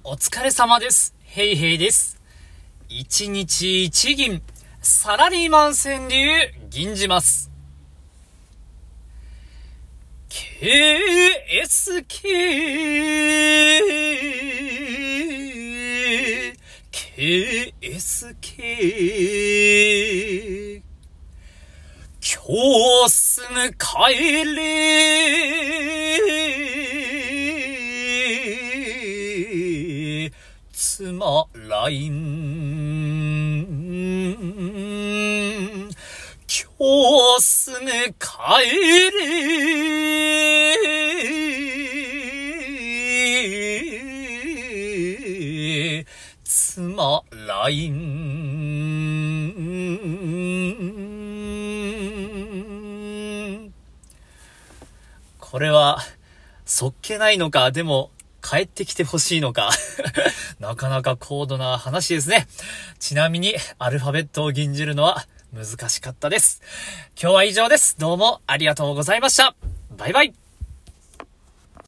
お疲れ様です。ヘイヘイです。一日一銀、サラリーマン川柳、銀じます。KSK 今日すぐ帰れ妻ライン今日すぐ帰れ妻ラインこれはそっけないのか、でも帰ってきてほしいのかなかなか高度な話ですね。ちなみにアルファベットを吟じるのは難しかったです。今日は以上です。どうもありがとうございました。バイバイ。